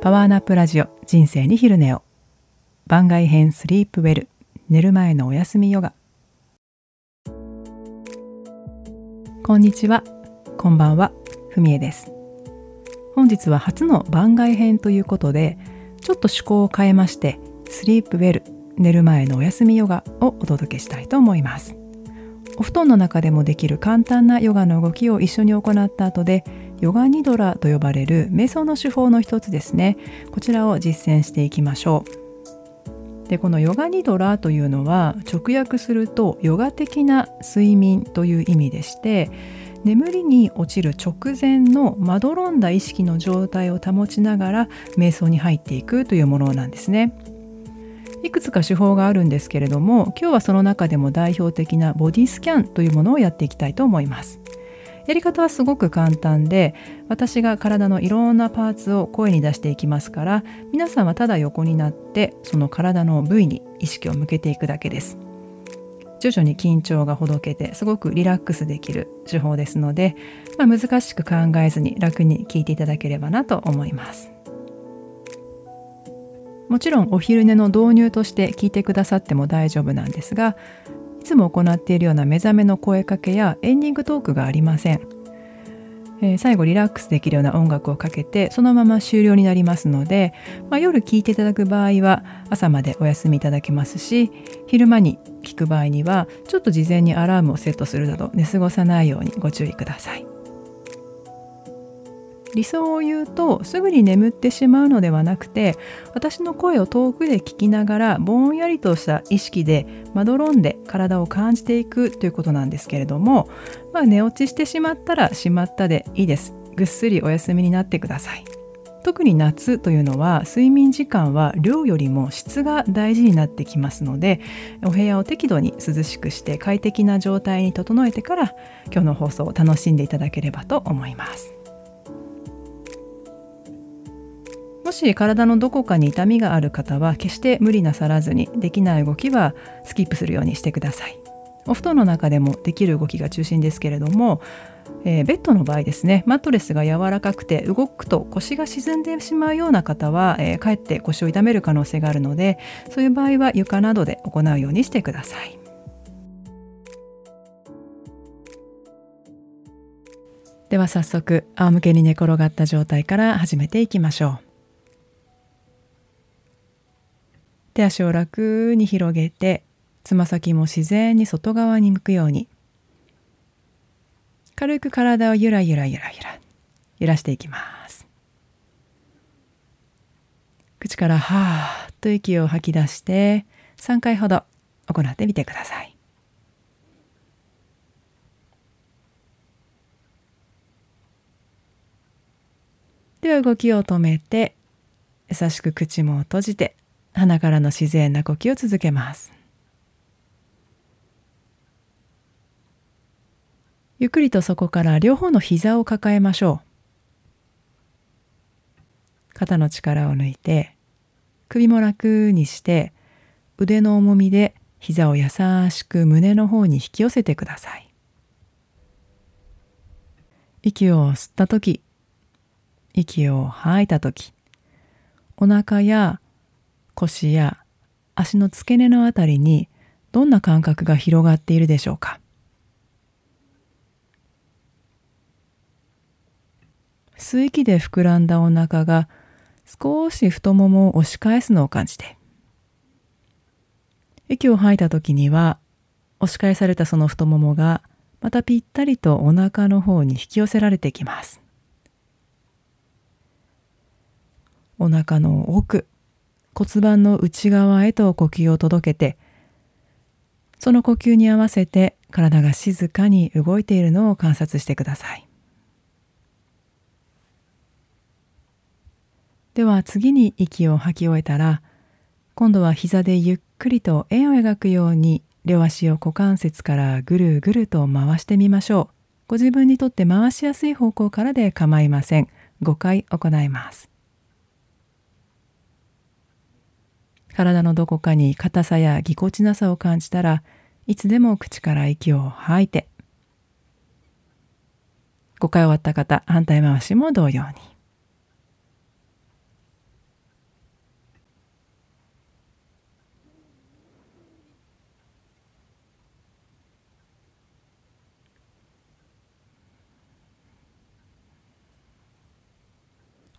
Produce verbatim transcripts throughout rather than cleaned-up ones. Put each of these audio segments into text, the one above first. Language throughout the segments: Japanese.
パワーナップラジオ人生に昼寝を番外編スリープウェル寝る前のお休みヨガ。こんにちは、こんばんは、ふみえです。本日は初の番外編ということでちょっと趣向を変えましてスリープウェル寝る前のお休みヨガをお届けしたいと思います。お布団の中でもできる簡単なヨガの動きを一緒に行った後でヨガニドラと呼ばれる瞑想の手法の一つですね、こちらを実践していきましょう。でこのヨガニドラというのは直訳するとヨガ的な睡眠という意味でして、眠りに落ちる直前のまどろんだ意識の状態を保ちながら瞑想に入っていくというものなんですね。いくつか手法があるんですけれども、今日はその中でも代表的なボディスキャンというものをやっていきたいと思います。やり方はすごく簡単で、私が体のいろんなパーツを声に出していきますから、皆さんはただ横になってその体の部位に意識を向けていくだけです。徐々に緊張がほどけてすごくリラックスできる手法ですので、まあ、難しく考えずに楽に聞いていただければなと思います。もちろんお昼寝の導入として聞いてくださっても大丈夫なんですが、いつも行っているような目覚めの声かけやエンディングトークがありません。えー、最後リラックスできるような音楽をかけてそのまま終了になりますので、まあ、夜聞いていただく場合は朝までお休みいただけますし、昼間に聞く場合にはちょっと事前にアラームをセットするなど寝過ごさないようにご注意ください。理想を言うとすぐに眠ってしまうのではなくて、私の声を遠くで聞きながらぼんやりとした意識でまどろんで体を感じていくということなんですけれども、まあ、寝落ちしてしまったらしまったでいいです。ぐっすりお休みになってください。特に夏というのは睡眠時間は量よりも質が大事になってきますので、お部屋を適度に涼しくして快適な状態に整えてから今日の放送を楽しんでいただければと思います。もし体のどこかに痛みがある方は決して無理なさらずに、できない動きはスキップするようにしてください。お布団の中でもできる動きが中心ですけれども、えー、ベッドの場合ですね、マットレスが柔らかくて動くと腰が沈んでしまうような方は、えー、かえって腰を痛める可能性があるので、そういう場合は床などで行うようにしてください。では早速仰向けに寝転がった状態から始めていきましょう。手足を楽に広げて、つま先も自然に外側に向くように、軽く体をゆらゆらゆらゆら揺らしていきます。口からはーっと息を吐き出してさんかいほど行ってみてください。では動きを止めて、優しく口も閉じて鼻からの自然な呼吸を続けます。ゆっくりとそこから両方の膝を抱えましょう。肩の力を抜いて、首も楽にして、腕の重みで膝を優しく胸の方に引き寄せてください。息を吸ったとき、息を吐いたとき、お腹や腰や足の付け根のあたりにどんな感覚が広がっているでしょうか。吸う息で膨らんだお腹が少し太ももを押し返すのを感じて、息を吐いた時には押し返されたその太ももがまたぴったりとお腹の方に引き寄せられてきます。お腹の奥、骨盤の内側へと呼吸を届けて、その呼吸に合わせて体が静かに動いているのを観察してください。では次に息を吐き終えたら、今度は膝でゆっくりと円を描くように両足を股関節からぐるぐると回してみましょう。ご自分にとって回しやすい方向からで構いません。ごかい行います。体のどこかに硬さやぎこちなさを感じたら、いつでも口から息を吐いて、ごかい終わった方、反対回しも同様に。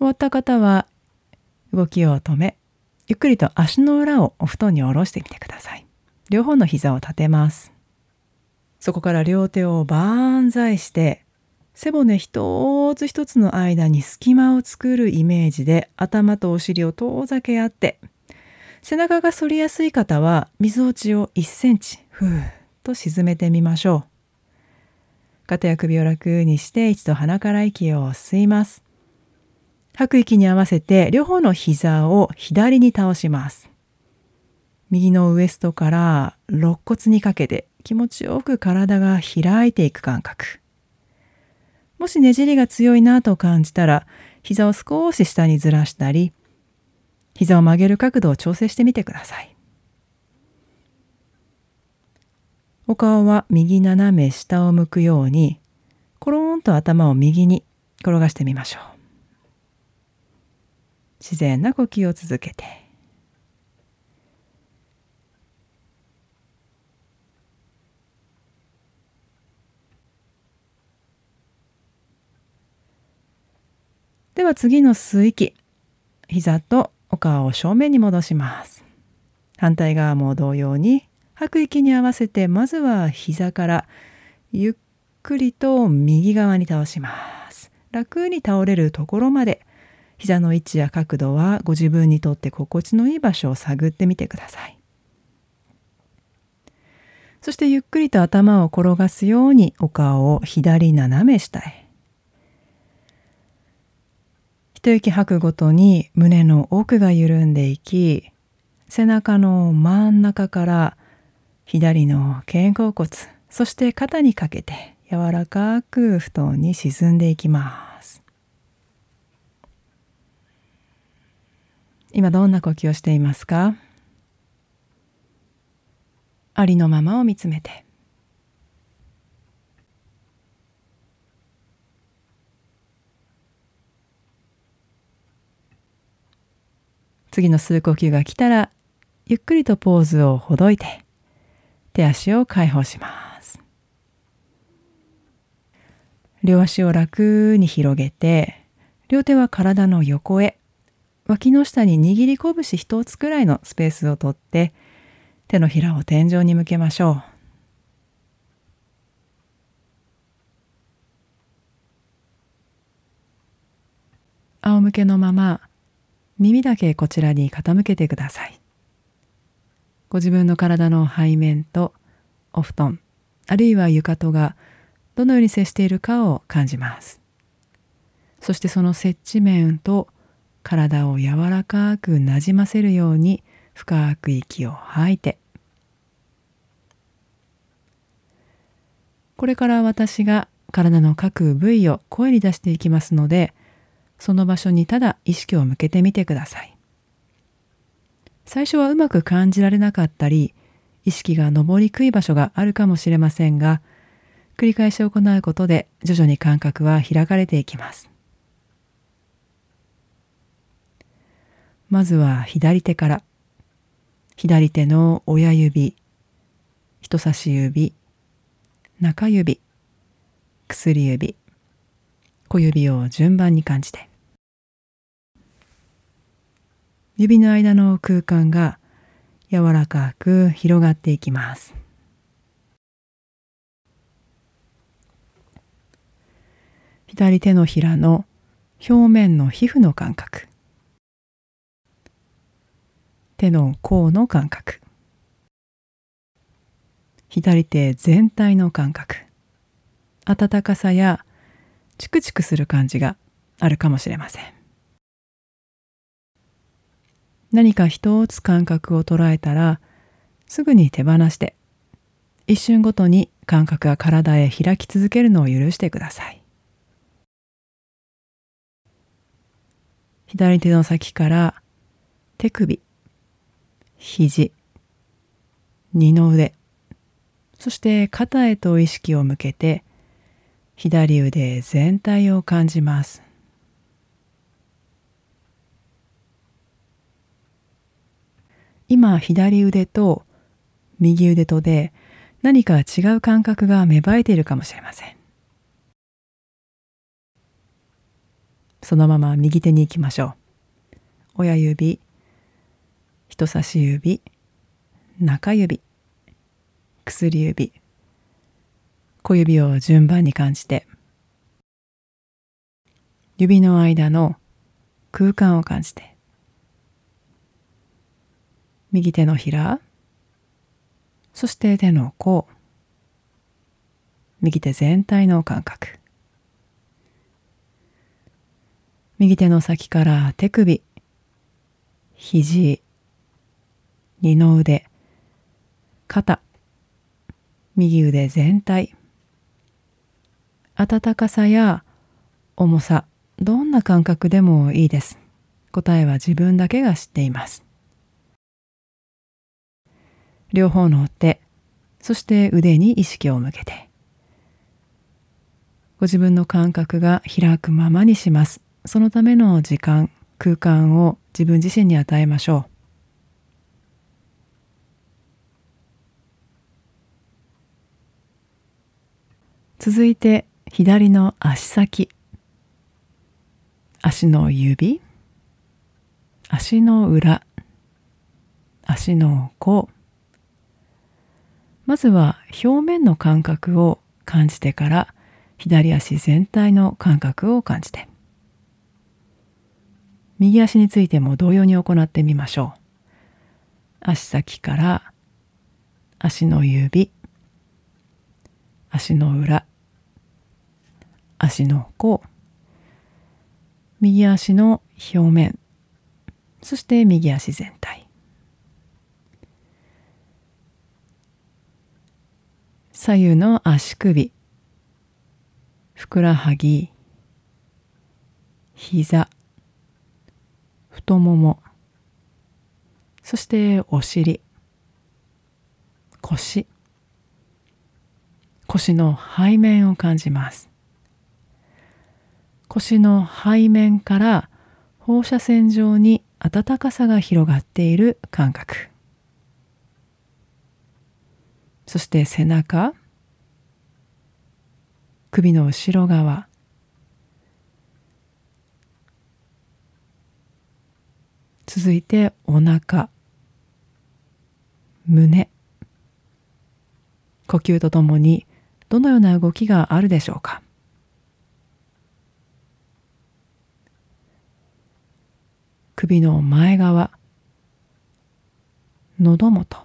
終わった方は動きを止め、ゆっくりと足の裏をお布団に下ろしてみてください。両方の膝を立てます。そこから両手を万歳して、背骨一つ一つの間に隙間を作るイメージで頭とお尻を遠ざけ合って、背中が反りやすい方は水落ちをいっセンチふーっと沈めてみましょう。肩や首を楽にして一度鼻から息を吸います。吐く息に合わせて両方の膝を左に倒します。右のウエストから肋骨にかけて気持ちよく体が開いていく感覚。もしねじりが強いなと感じたら、膝を少し下にずらしたり、膝を曲げる角度を調整してみてください。お顔は右斜め下を向くように、コロンと頭を右に転がしてみましょう。自然な呼吸を続けて。では次の吸う息、膝とお顔を正面に戻します。反対側も同様に、吐く息に合わせてまずは膝からゆっくりと右側に倒します。楽に倒れるところまで、膝の位置や角度はご自分にとって心地のいい場所を探ってみてください。そしてゆっくりと頭を転がすようにお顔を左斜め下へ。一息吐くごとに胸の奥が緩んでいき、背中の真ん中から左の肩甲骨、そして肩にかけて柔らかく布団に沈んでいきます。今どんな呼吸をしていますか？ありのままを見つめて。次の吸う呼吸が来たら、ゆっくりとポーズをほどいて、手足を解放します。両足を楽に広げて、両手は体の横へ、脇の下に握り拳一つくらいのスペースをとって、手のひらを天井に向けましょう。仰向けのまま、耳だけこちらに傾けてください。ご自分の体の背面とお布団、あるいは床とがどのように接しているかを感じます。そしてその接地面と体を柔らかくなじませるように深く息を吐いて、これから私が体の各部位を声に出していきますので、その場所にただ意識を向けてみてください。最初はうまく感じられなかったり、意識が上りくい場所があるかもしれませんが、繰り返し行うことで徐々に感覚は開かれていきます。まずは左手から、左手の親指、人差し指、中指、薬指、小指を順番に感じて、指の間の空間が柔らかく広がっていきます。左手のひらの表面の皮膚の感覚、手の甲の感覚、左手全体の感覚、温かさやチクチクする感じがあるかもしれません。何か一つ感覚を捉えたら、すぐに手放して、一瞬ごとに感覚が体へ開き続けるのを許してください。左手の先から手首、肘、二の腕、そして肩へと意識を向けて、左腕全体を感じます。今、左腕と右腕とで何か違う感覚が芽生えているかもしれません。 そのまま右手に行きましょう。親指、人差し指、中指、薬指、小指を順番に感じて、指の間の空間を感じて、右手のひら、そして手の甲、右手全体の感覚、右手の先から手首、肘、二の腕、肩、右腕全体、温かさや重さ、どんな感覚でもいいです。答えは自分だけが知っています。両方の手、そして腕に意識を向けて、ご自分の感覚が開くままにします。そのための時間、空間を自分自身に与えましょう。続いて、左の足先、足の指、足の裏、足の甲。まずは表面の感覚を感じてから、左足全体の感覚を感じて。右足についても同様に行ってみましょう。足先から足の指、足の裏、足の甲、右足の表面、そして右足全体。左右の足首、ふくらはぎ、膝、太もも、そしてお尻、腰、腰の背面を感じます。腰の背面から放射線状に温かさが広がっている感覚。そして背中、首の後ろ側、続いてお腹、胸、呼吸とともにどのような動きがあるでしょうか。首の前側、喉元、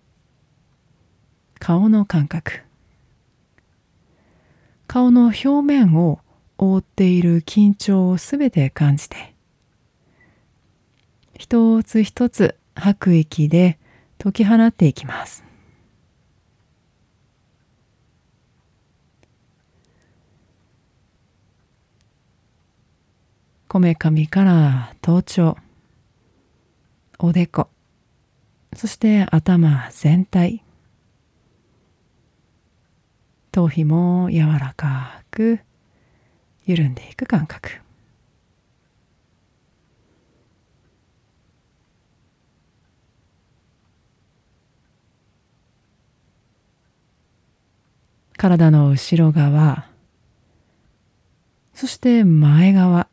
顔の感覚、顔の表面を覆っている緊張をすべて感じて、一つ一つ吐く息で解き放っていきます。こめかみから頭頂、おでこ、そして頭全体、頭皮も柔らかく緩んでいく感覚。体の後ろ側、そして前側、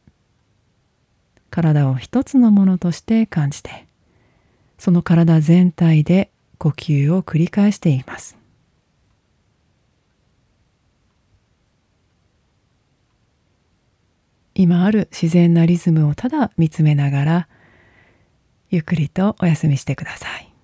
体を一つのものとして感じて、その体全体で呼吸を繰り返しています。今ある自然なリズムをただ見つめながら、ゆっくりとお休みしてください。